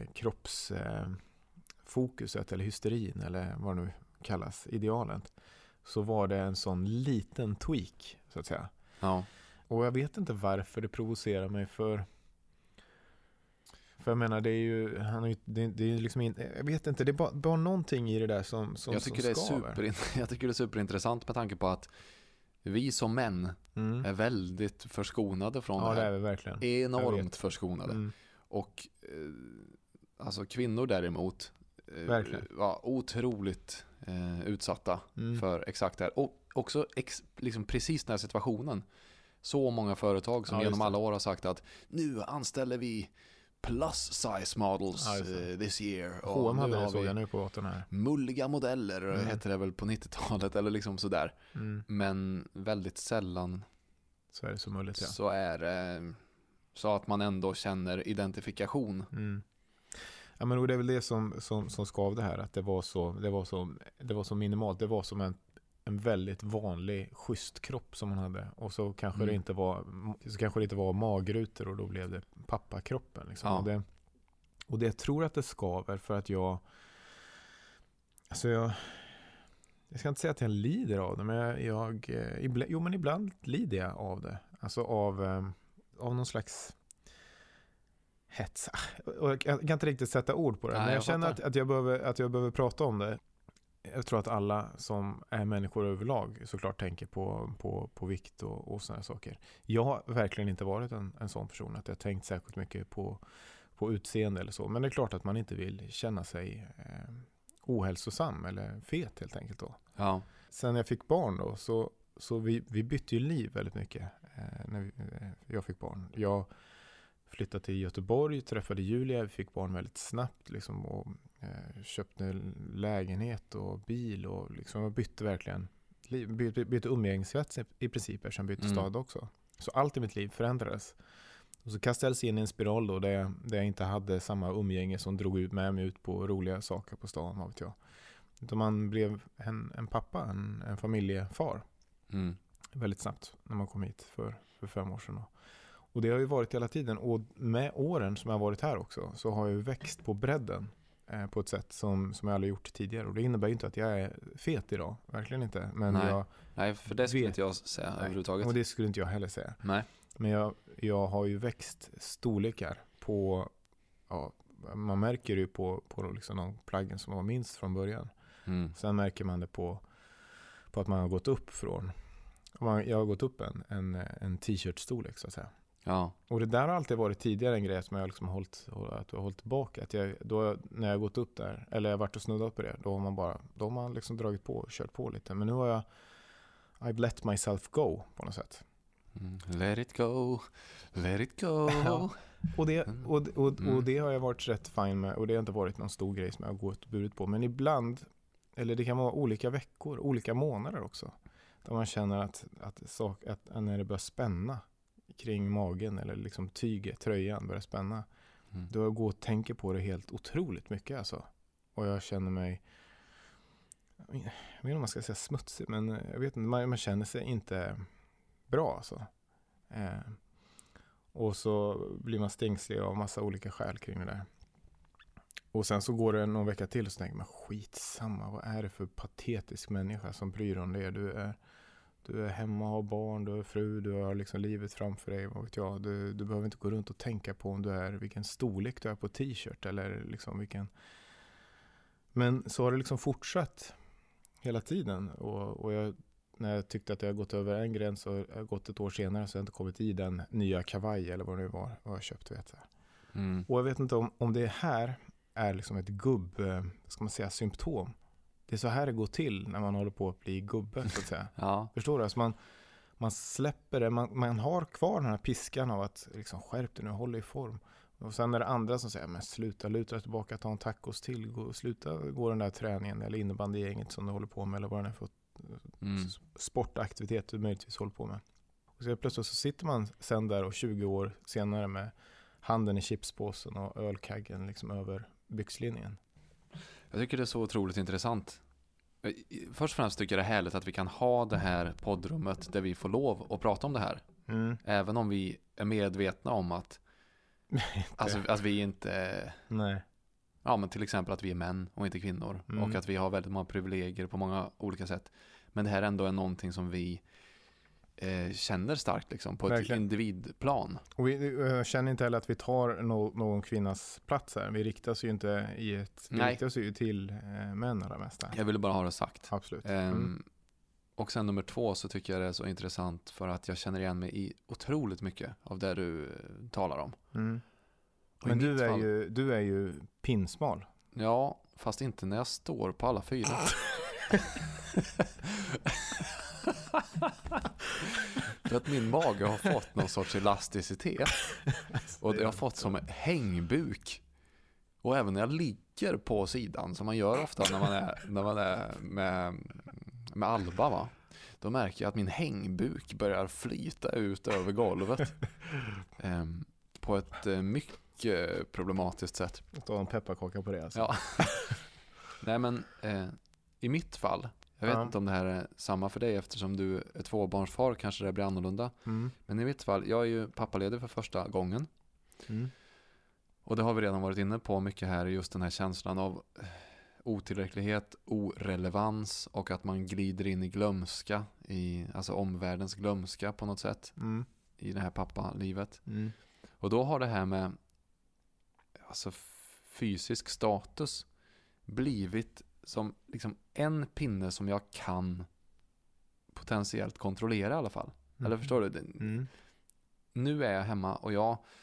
kroppsfokuset eller hysterin eller vad det nu kallas, idealet, så var det en sån liten tweak så att säga. Ja. Och jag vet inte varför det provocerar mig, för jag menar, det är ju det är liksom jag vet inte, det är bara någonting i det där som jag tycker det är superintressant med tanke på att vi som män är väldigt förskonade från det här. Ja, det är vi verkligen. Enormt förskonade. Och alltså kvinnor däremot var otroligt utsatta för exakt det här. Och också liksom precis den här situationen. Så många företag som genom alla år har sagt att nu anställer vi plus size models this year. H&M hade det, såg jag nu på den här. Mulliga modeller heter det väl på 90-talet eller liksom sådär. Men väldigt sällan så är det så mulligt, ja. Så är det så att man ändå känner identifikation. Ja, men det är väl det som skav det här, att det var så minimalt. Det var som en väldigt vanlig schysst kropp som man hade, och så kanske det inte var magrutor, och då blev det pappakroppen liksom. Ja. Och det jag tror att det skaver, för att jag ska inte säga att jag lider av det, men ibland lider jag av det, alltså av någon slags hets. Och jag kan inte riktigt sätta ord på det. Nej, men jag känner att jag behöver prata om det. jag tror att alla som är människor överlag såklart tänker på vikt och sådana saker. Jag har verkligen inte varit en sån person att jag tänkt särskilt mycket på utseende eller så. Men det är klart att man inte vill känna sig ohälsosam eller fet helt enkelt då. Ja. Sen jag fick barn då så vi bytte ju liv väldigt mycket när jag fick barn. Jag flyttade till Göteborg, träffade Julia, vi fick barn väldigt snabbt liksom, och köpte lägenhet och bil och liksom, jag bytte verkligen bytte umgängeskrets i princip eftersom jag bytte stad också. Så allt i mitt liv förändrades. Och så kastades jag in i en spiral då där jag inte hade samma umgänge som drog ut med mig ut på roliga saker på stan, vad vet jag. Utan man blev en pappa, en familjefar. Väldigt snabbt när man kom hit för 5 år sedan. Och det har ju varit hela tiden. Och med åren som jag har varit här också så har jag växt på bredden på ett sätt som jag aldrig gjort tidigare. Och det innebär ju inte att jag är fet idag. Verkligen inte. Men Nej, för det skulle inte jag säga överhuvudtaget. Och det skulle inte jag heller säga. Nej. Men jag har ju växt storlekar på... Ja, man märker ju på liksom de plaggen som var minst från början. Sen märker man det på att man har gått upp från... Jag har gått upp en t-shirt-storlek så att säga. Ja. Och det där har alltid varit tidigare en grej som jag liksom hållit tillbaka. Att när jag gått upp där, eller jag varit och snuddat på det, då har man liksom dragit på och kört på lite. Men nu har I've let myself go på något sätt. Let it go, let it go. Ja. Och det har jag varit rätt fin med. Och det har inte varit någon stor grej som jag har gått och burit på. Men ibland, eller det kan vara olika veckor, olika månader också. Där man känner att när det börjar spänna kring magen eller liksom tyget, tröjan börjar spänna. Då jag går och tänker på det helt otroligt mycket alltså. Och jag känner mig, jag vet inte om man ska säga smutsig, men jag vet inte, man känner sig inte bra alltså. Och så blir man stängslig av massa olika skäl kring det där. Och sen så går det någon vecka till och så tänker man, skitsamma, vad är det för patetisk människa som bryr om det? Du är hemma och har barn, du har fru, du har liksom livet framför dig, vad vet jag. Du behöver inte gå runt och tänka på om vilken storlek du är på t-shirt eller liksom vilken. Men så har det liksom fortsatt hela tiden. Och när jag tyckte att jag gått över en gräns och jag har gått ett år senare så har jag inte kommit i den nya kavaj eller vad det var jag köpt, vet jag. Och jag vet inte om det här är liksom ett ska man säga, symptom. Det är så här det går till när man håller på att bli gubbe så att säga. Ja. Förstår du? Alltså man släpper det, man har kvar den här piskan av att liksom, skärp dig nu, håll i form. Och sen är det andra som säger, men sluta, luta tillbaka, ta en tacos till, sluta gå den där träningen eller innebandygänget som du håller på med eller vad det är för sportaktivitet du möjligtvis håller på med. Och så plötsligt så sitter man sen där och 20 år senare med handen i chipspåsen och ölkaggen liksom över byxlinjen. Jag tycker det är så otroligt intressant. Först och främst tycker jag det är härligt att vi kan ha det här poddrummet där vi får lov att prata om det här. Även om vi är medvetna om att vi inte... Nej. Ja, men till exempel att vi är män och inte kvinnor. Och att vi har väldigt många privilegier på många olika sätt. Men det här ändå är någonting som vi känner starkt liksom, på ett individplan. Och vi känner inte heller att vi tar någon kvinnas plats här. Vi riktas ju inte riktas ju till män allra mesta. Jag ville bara ha det sagt. Absolut. Och sen nummer 2 så tycker jag det är så intressant för att jag känner igen mig i otroligt mycket av det du talar om. Men du är ju pinsmal. Ja, fast inte när jag står på alla 4. För att min mage har fått någon sorts elasticitet. Och det har fått som en hängbuk. Och även när jag ligger på sidan, som man gör ofta när man är med Alba, va? Då märker jag att min hängbuk börjar flyta ut över golvet. På ett mycket problematiskt sätt. Ta en pepparkaka på det alltså. Ja. Nej, men i mitt fall, jag vet inte om det här är samma för dig eftersom du är tvåbarnsfar, kanske det blir annorlunda. Men i mitt fall, jag är ju pappaledig för första gången. Och det har vi redan varit inne på mycket här, just den här känslan av otillräcklighet, orelevans och att man glider in i glömska, alltså omvärldens glömska på något sätt i det här pappalivet. Och då har det här med alltså fysisk status blivit som liksom en pinne som jag kan potentiellt kontrollera i alla fall. Eller förstår du? Nu är jag hemma och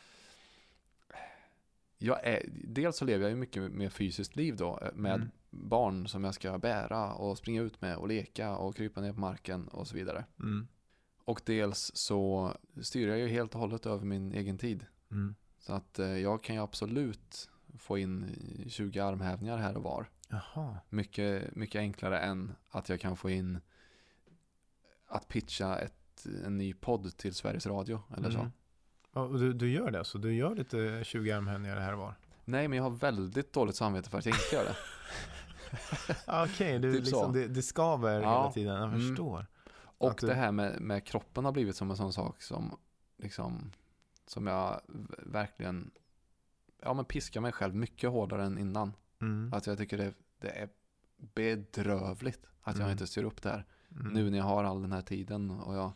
dels så lever jag ju mycket med fysiskt liv då, med barn som jag ska bära och springa ut med och leka och krypa ner på marken och så vidare. Och dels så styr jag ju helt och hållet över min egen tid. Så att jag kan ju absolut få in 20 armhävningar här och var. Jaha. Mycket, mycket enklare än att jag kan få in att pitcha en ny podd till Sveriges Radio eller så. Och du gör det alltså? Du gör lite 20 armhävningar här och var? Nej, men jag har väldigt dåligt samvete för att jag inte gör det. Okej, du Typ liksom, det skaver hela tiden, jag förstår. Och det här med kroppen har blivit som en sån sak som liksom, som jag verkligen piskar mig själv mycket hårdare än innan. Att jag tycker det är bedrövligt att jag inte styr upp det här. Nu när jag har all den här tiden och jag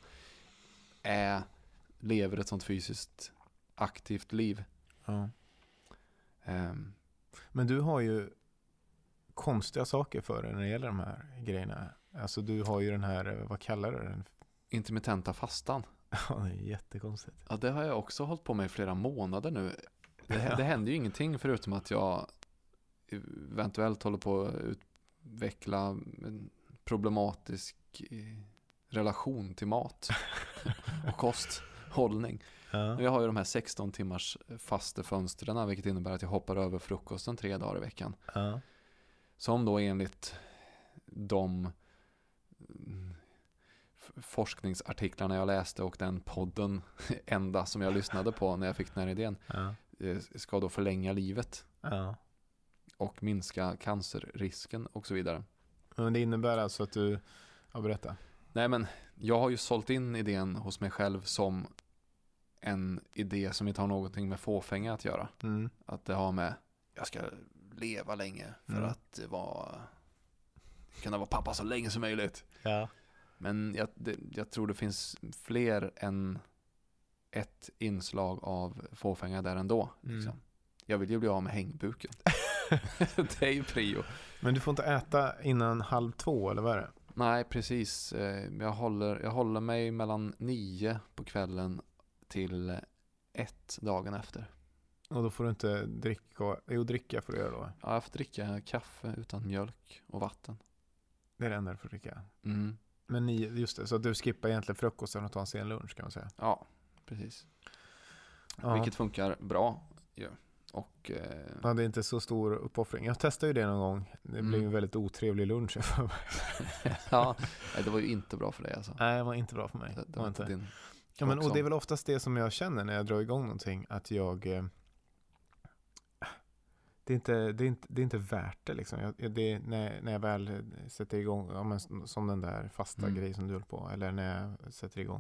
lever ett sånt fysiskt aktivt liv. Ja. Men du har ju konstiga saker för dig när det gäller de här grejerna. Alltså du har ju den här, vad kallar du den? Intermittenta fastan. Ja, det är jättekonstigt. Ja, det har jag också hållit på med i flera månader nu. Det händer ju ingenting förutom att jag eventuellt håller på att utveckla en problematisk relation till mat och kosthållning. Ja. Jag har ju de här 16 timmars fastefönstren, vilket innebär att jag hoppar över frukosten 3 dagar i veckan. Ja. Som då enligt de forskningsartiklarna jag läste och den podden enda som jag lyssnade på när jag fick den här idén ska då förlänga livet och minska cancerrisken och så vidare. Men det innebär alltså att du berätta. Nej, men jag har ju sålt in idén hos mig själv som en idé som inte har någonting med fåfänga att göra. Att det har med jag ska leva länge för att kunna vara pappa så länge som möjligt. Ja. Men jag tror det finns fler än ett inslag av fåfänga där ändå. Liksom. Jag vill ju bli av med hängbuken. Det är ju prio. Men du får inte äta innan 1:30 eller vad är det? Nej, precis. Jag håller mig mellan 9 på kvällen till 1 dagen efter. Och då får du inte dricka? Jo, dricka får du göra då. Ja, jag får dricka kaffe utan mjölk och vatten. Det är det enda du får dricka. Men just det, så att du skippar egentligen frukosten och tar en sen lunch kan man säga. Ja, precis. Vilket funkar bra. Ja. Och, det är inte så stor uppoffring. Jag testade ju det någon gång. Det blev en väldigt otrevlig lunch. Ja, det var ju inte bra för dig alltså. Nej, det var inte bra för mig. Det var inte din. Ja, men, och det är väl oftast det som jag känner när jag drar igång någonting. Att jag... Det är inte värt det liksom. När jag väl sätter igång, som den där fasta grej som du höll på. Eller när jag sätter igång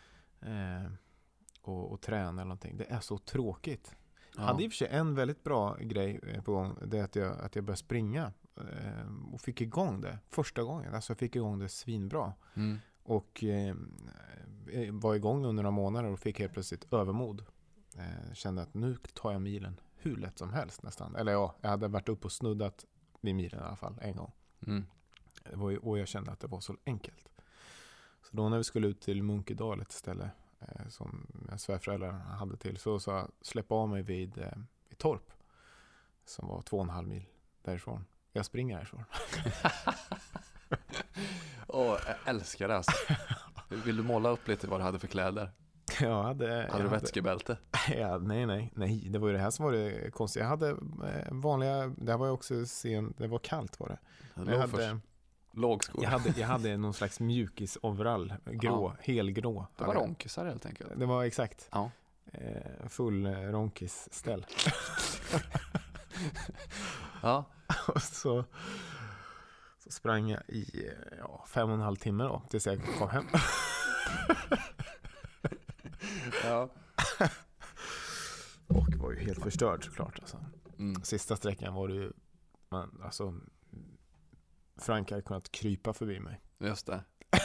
och tränar eller någonting. Det är så tråkigt. Jag hade i och för sig en väldigt bra grej på gång. Det är att jag började springa. Och fick igång det första gången. Alltså jag fick igång det svinbra. Och var igång under några månader och fick helt plötsligt övermod. Kände att nu tar jag milen hur lätt som helst nästan. Eller jag hade varit upp och snuddat vid milen i alla fall en gång. Och jag kände att det var så enkelt. Så då när vi skulle ut till Munkedal, ett ställe som svärföräldrar hade till, så sa jag släpp av mig vid Torp som var 2,5 mil därifrån. Jag springer härifrån. Jag älskar det alltså. Vill du måla upp lite vad du hade för kläder? Hade du vätskebälte? Ja, nej. Det var ju det här som var det konstiga. Jag hade vanliga, det var ju också det var kallt var det. Jag hade lågskor. Jag hade någon slags mjukis overall, helgrå. Det var ronkisar helt enkelt. Det var exakt. Ja. Full ronkis ställ. Ja. Och så sprang jag i 5,5 timmar då tills jag kom hem. Ja. Och var ju helt förstörd såklart alltså. Sista sträckan var det ju Frank hade kunnat krypa förbi mig. Just det.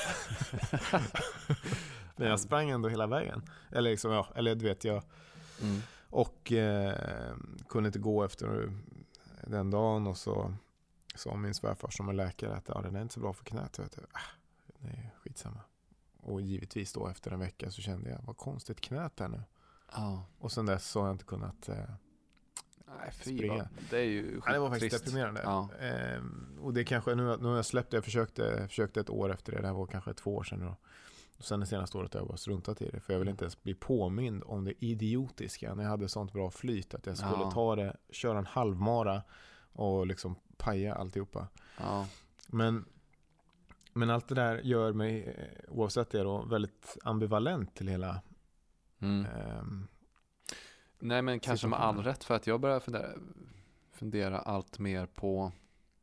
Men jag sprang ändå hela vägen. Eller liksom, eller du vet jag. Och kunde inte gå efter den dagen och så sa min svärfar som är läkare att den är inte så bra för knät. Vet du. Det är skitsamma. Och givetvis då efter en vecka så kände jag, vad konstigt knät är nu. Ja. Och sen dess så har jag inte kunnat Nej, springa. Det är ju det var faktiskt trist. deprimerande. Ja. Och det kanske, nu har jag släppt det, jag försökte ett år efter det här var kanske 2 år sedan då. Och sen det senaste året har jag bara struntat i det, för jag vill inte ens bli påmind om det idiotiska när jag hade sånt bra flyt att jag skulle köra en halvmara och liksom paja alltihopa. Ja. Men allt det där gör mig, oavsett det då, väldigt ambivalent till hela Nej, men kanske med all rätt, för att jag börjar fundera allt mer på,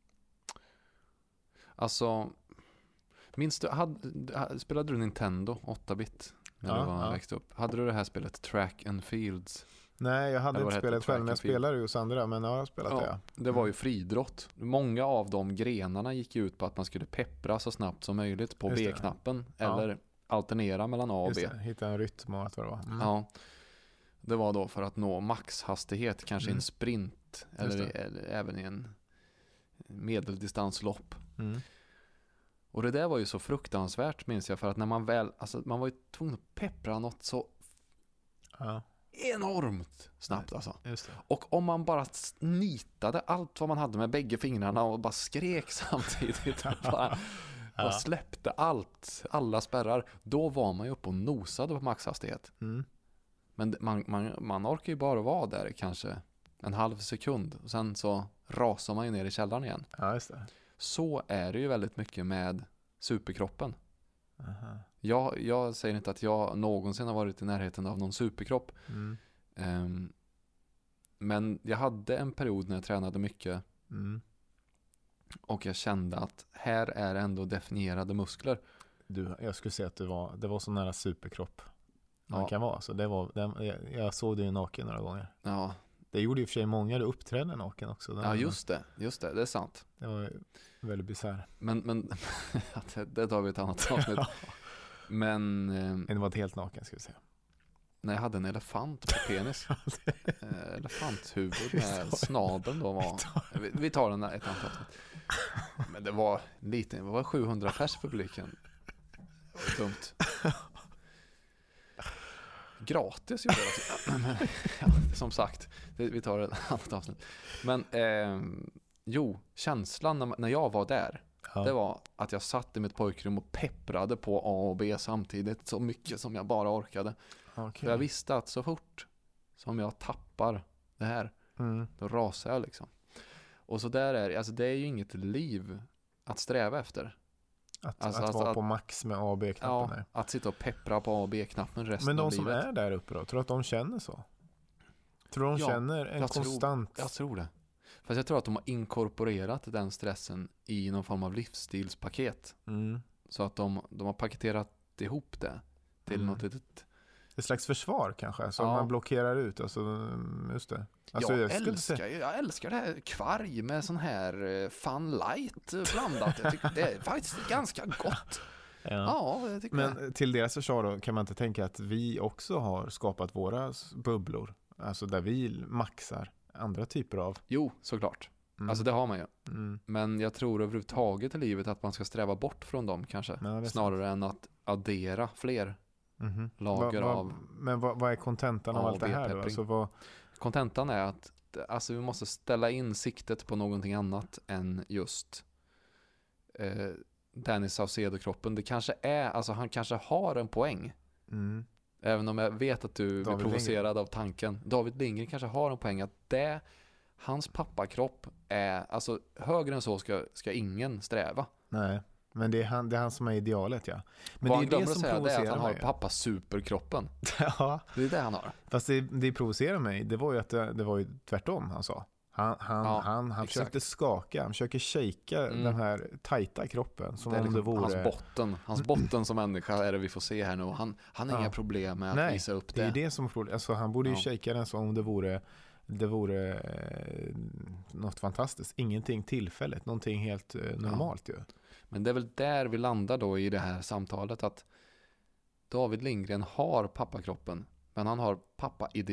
alltså, minns du, spelade du Nintendo 8-bit när du växte upp? Hade du det här spelet Track and Fields? Nej, jag hade inte spelat själv, men jag spelade ju hos andra, men jag har spelat det. Det var ju friidrott. Många av de grenarna gick ut på att man skulle peppra så snabbt som möjligt på B-knappen, eller alternera mellan A och B. Hitta en rytm och allt vad det var. Ja. Det var då för att nå maxhastighet, kanske i en sprint eller även i en medeldistanslopp. Och det där var ju så fruktansvärt, minns jag, för att när man väl, alltså man var ju tvungen att peppra något så enormt snabbt alltså. Just det. Och om man bara nitade allt vad man hade med bägge fingrarna och bara skrek samtidigt och bara släppte alla spärrar, då var man ju uppe och nosade på maxhastighet. Men man orkar ju bara vara där kanske en halv sekund och sen så rasar man ju ner i källaren igen. Ja, just det. Så är det ju väldigt mycket med superkroppen. Jag säger inte att jag någonsin har varit i närheten av någon superkropp. Men jag hade en period när jag tränade mycket och jag kände att här är ändå definierade muskler. Jag skulle säga att det var så nära superkropp man kan vara. Så jag såg det ju naken några gånger. Ja. Det gjorde ju för sig många, du uppträdde naken också. Ja, just det, det är sant. Det var väldigt bisarr. Men det tar vi ett annat avsnitt. Men det var ett helt naken, ska vi säga. När jag hade en elefant på penis. Elefanthuvud med snabeln då var. Vi tar den där ett annat avsnitt. Men det var lite, det var 700 pers i publiken. Dumt. Gratis gjorde jag. Som sagt, vi tar ett annat avsnitt. Men känslan när jag var där, det var att jag satt i mitt pojkrum och pepprade på A och B samtidigt så mycket som jag bara orkade. För jag visste att så fort som jag tappar det här, då rasar jag liksom. Och så där det är ju inget liv att sträva efter. Att vara på max med A och B-knappen. Ja, att sitta och peppra på A och B-knappen resten av livet. Men de som är där uppe då, tror du att de känner så? Tror de känner en konstant... Jag tror det. Fast jag tror att de har inkorporerat den stressen i någon form av livsstilspaket. Så att de har paketerat ihop det till något litet... Ett slags försvar kanske, så man blockerar ut. Alltså, just det. Alltså, jag älskar det här kvarg med sån här Fun Light blandat. Jag tycker det är faktiskt ganska gott. Jag tycker men till deras försvar då, kan man inte tänka att vi också har skapat våra bubblor? Alltså där vi maxar andra typer av... Jo, såklart. Alltså det har man ju. Men jag tror överhuvudtaget i livet att man ska sträva bort från dem kanske. Snarare än att addera fler lager av... Men vad är kontentan av allt det här då? Alltså, kontentan är att vi måste ställa in siktet på någonting annat än just Dennis Saucedo-kroppen. Det kanske är, alltså han kanske har en poäng. Även om jag vet att du blir provocerad av tanken. David Lindgren kanske har en poäng att hans pappakropp är, alltså högre än så ska ingen sträva. Nej. Men det är han som är idealet, ja. Men vad det är det som provocerar mig. Det är att han har pappa-superkroppen. Ja. Det är det han har. Fast det provocerar mig. Det var ju att det var ju tvärtom han sa. Han försökte skaka, han försöker shaka den här tajta kroppen som om det vore... Hans botten som människa är det vi får se här nu. Han har inga problem med att visa upp det. Det är det som är alltså, han borde ju shaka den som om det vore något fantastiskt. Ingenting tillfälligt, någonting helt normalt ju. Men det är väl där vi landar då i det här samtalet, att David Lindgren har pappakroppen, men han har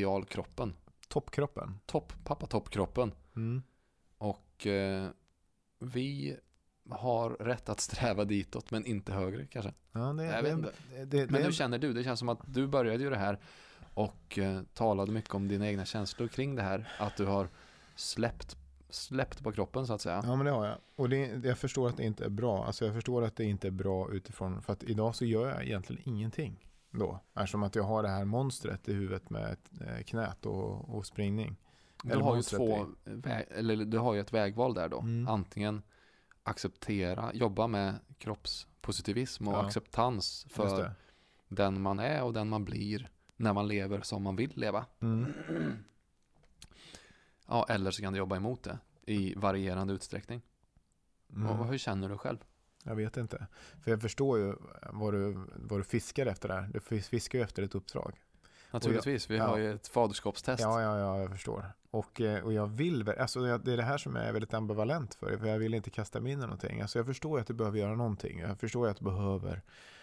pappa-idealkroppen. Toppkroppen. Pappa-toppkroppen. Och vi har rätt att sträva ditåt, men inte högre kanske. Ja, Jag vet inte. Men hur känner du? Det känns som att du började ju det här och talade mycket om dina egna känslor kring det här. Att du har släppt på kroppen så att säga. Ja, men det har jag. Och jag förstår att det inte är bra. Alltså jag förstår att det inte är bra utifrån, för att idag så gör jag egentligen ingenting då. Eftersom att jag har det här monstret i huvudet med knät och springning. Du har ju ett vägval där då. Antingen jobba med kroppspositivism och acceptans för den man är och den man blir när man lever som man vill leva. Ja, eller så kan du jobba emot det i varierande utsträckning. Och hur känner du själv? Jag vet inte. För jag förstår ju vad du fiskar efter där. Du fiskar ju efter ett uppdrag. Naturligtvis, vi har ju ett faderskapstest. Ja, jag förstår. Och jag vill, alltså det är det här som jag är väldigt ambivalent för jag vill inte kasta mig in i någonting. Alltså jag förstår att du behöver göra någonting. Jag förstår att du behöver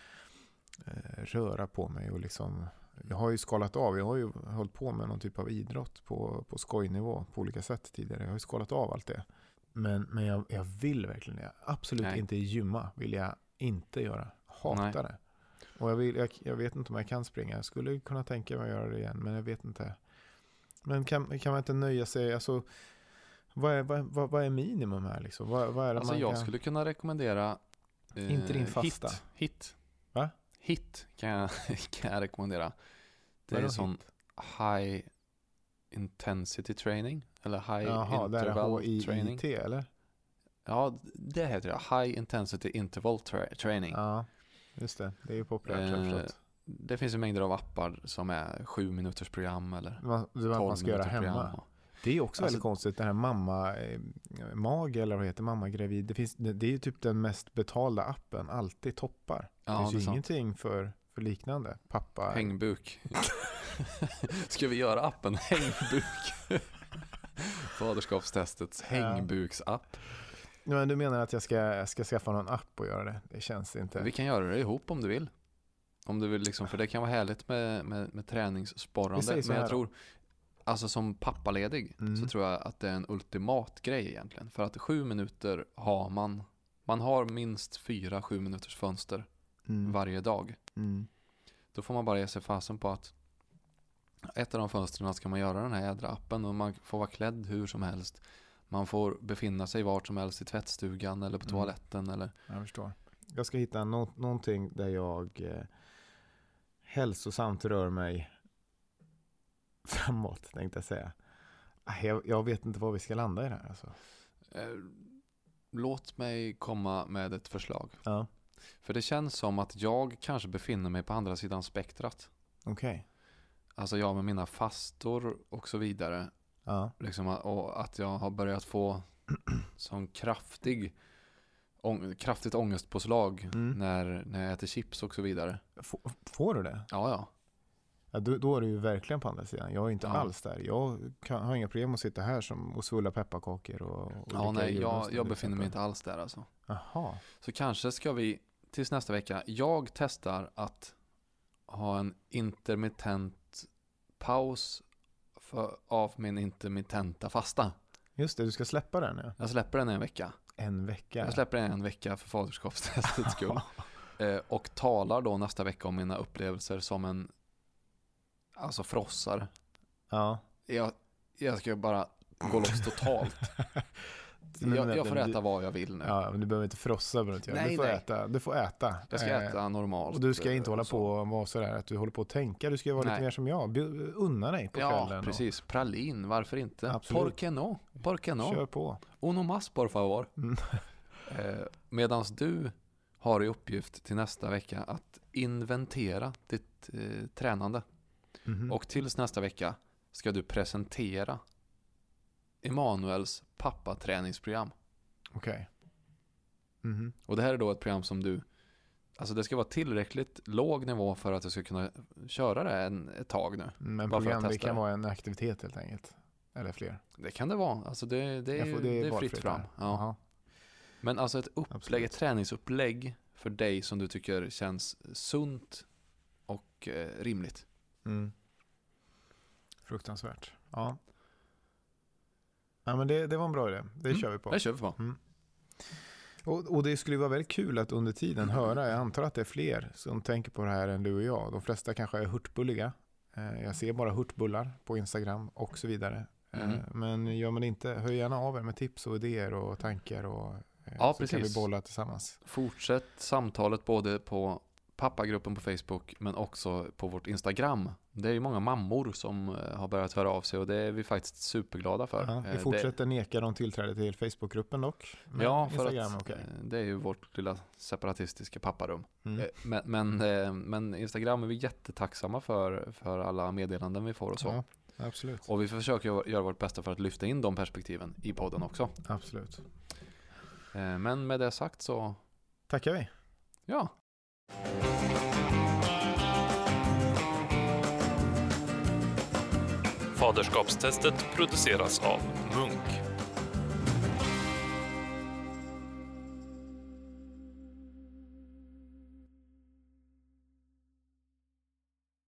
röra på mig och liksom, jag har ju skalat av, jag har ju hållit på med någon typ av idrott på skojnivå på olika sätt tidigare. Jag har ju skalat av allt det. Men jag vill verkligen, absolut inte gymma vill jag inte göra. Hatar det. Och jag vet inte om jag kan springa. Jag skulle kunna tänka mig att göra det igen, men jag vet inte. Men kan man inte nöja sig, alltså vad är minimum här liksom? Vad är det alltså jag skulle kunna rekommendera inte din fasta. Hit. Va? Hit kan jag rekommendera. Det är sån high intensity training eller interval training. HIIT eller? Ja, det heter det. High intensity interval training. Ja, just det. Det är ju populärt. Det finns ju mängder av appar som är 7 minuters program eller 12 man ska göra hemma. Program. Det är också väldigt konstigt, det här mamma-mag eller vad heter mamma-gravid. Det är ju typ den mest betalda appen, alltid toppar. Det finns ju ingenting för liknande. Pappa. Hängbuk. Ska vi göra appen Hängbuk? Faderskapstestets hängbuksapp. Men du menar att jag ska skaffa någon app och göra det? Det känns inte. Vi kan göra det ihop om du vill. Om du vill liksom, för det kan vara härligt med träningssporrande. Men jag tror, alltså som pappaledig så tror jag att det är en ultimat grej egentligen. För att 7 minuter har man har minst 4-7 minuters fönster varje dag. Då får man bara ge sig fasen på att ett av de fönstren ska man göra den här jädra appen och man får vara klädd hur som helst. Man får befinna sig vart som helst i tvättstugan eller på toaletten. Eller... Jag förstår. Jag ska hitta någonting där jag hälsosamt rör mig framåt, tänkte jag säga. Jag vet inte var vi ska landa i det här. Alltså. Låt mig komma med ett förslag. Ja. För det känns som att jag kanske befinner mig på andra sidan spektrat. Okej. Alltså jag med mina fastor och så vidare. Ja. Liksom, och att jag har börjat få sån kraftigt ångestpåslag när jag äter chips och så vidare. Får du det? Ja. Då är du ju verkligen på andra sidan. Jag är inte alls där. Jag har inga problem att sitta här och svulla pepparkakor och jag befinner mig inte alls där alltså. Aha. Så kanske ska vi tills nästa vecka. Jag testar att ha en intermittent paus av min intermittenta fasta. Just det, du ska släppa den nu. Jag släpper den en vecka. En vecka? Jag släpper den en vecka för faderskapstestets skull. Och talar då nästa vecka om mina upplevelser som en frossar. Ja. Jag ska bara gå loss totalt. Jag får äta vad jag vill nu. Ja, men du behöver inte frossa. Du får äta. Jag ska äta normalt. Och du ska inte hålla på och vara sådär att du håller på att tänka. Du ska vara lite mer som jag. Unna dig på kvällen. Ja, precis. Pralin, varför inte? Absolut. Por qué no? Kör på. Uno más, por favor. Medans du har i uppgift till nästa vecka att inventera ditt tränande. Och tills nästa vecka ska du presentera Emanuels pappaträningsprogram. Okej. Och det här är då ett program som du, alltså det ska vara tillräckligt låg nivå för att du ska kunna köra det ett tag nu. Men program, det kan vara en aktivitet helt enkelt. Eller fler. Det kan det vara. Alltså det är fritt fram. Ja. Men alltså ett träningsupplägg för dig som du tycker känns sunt och rimligt. Fruktansvärt. Ja. Ja, men det var en bra idé. Det kör vi på. Det kör vi på. Och det skulle vara väldigt kul att under tiden höra, jag antar att det är fler som tänker på det här än du och jag. De flesta kanske är hurtbulliga. Jag ser bara hurtbullar på Instagram och så vidare. Men gör man inte, hör gärna av er med tips och idéer och tankar och så precis. kan vi bolla tillsammans. Fortsätt samtalet både på pappagruppen på Facebook men också på vårt Instagram. Det är ju många mammor som har börjat höra av sig och det är vi faktiskt superglada för. Ja, vi fortsätter neka dem tillträde till Facebookgruppen dock. Ja, för Instagram, att det är ju vårt lilla separatistiska papparum. Men Instagram är vi jättetacksamma för alla meddelanden vi får och så. Ja, absolut. Och vi försöker göra vårt bästa för att lyfta in de perspektiven i podden också. Absolut. Men med det sagt så tackar vi. Ja. Faderskapstestet produceras av Munk.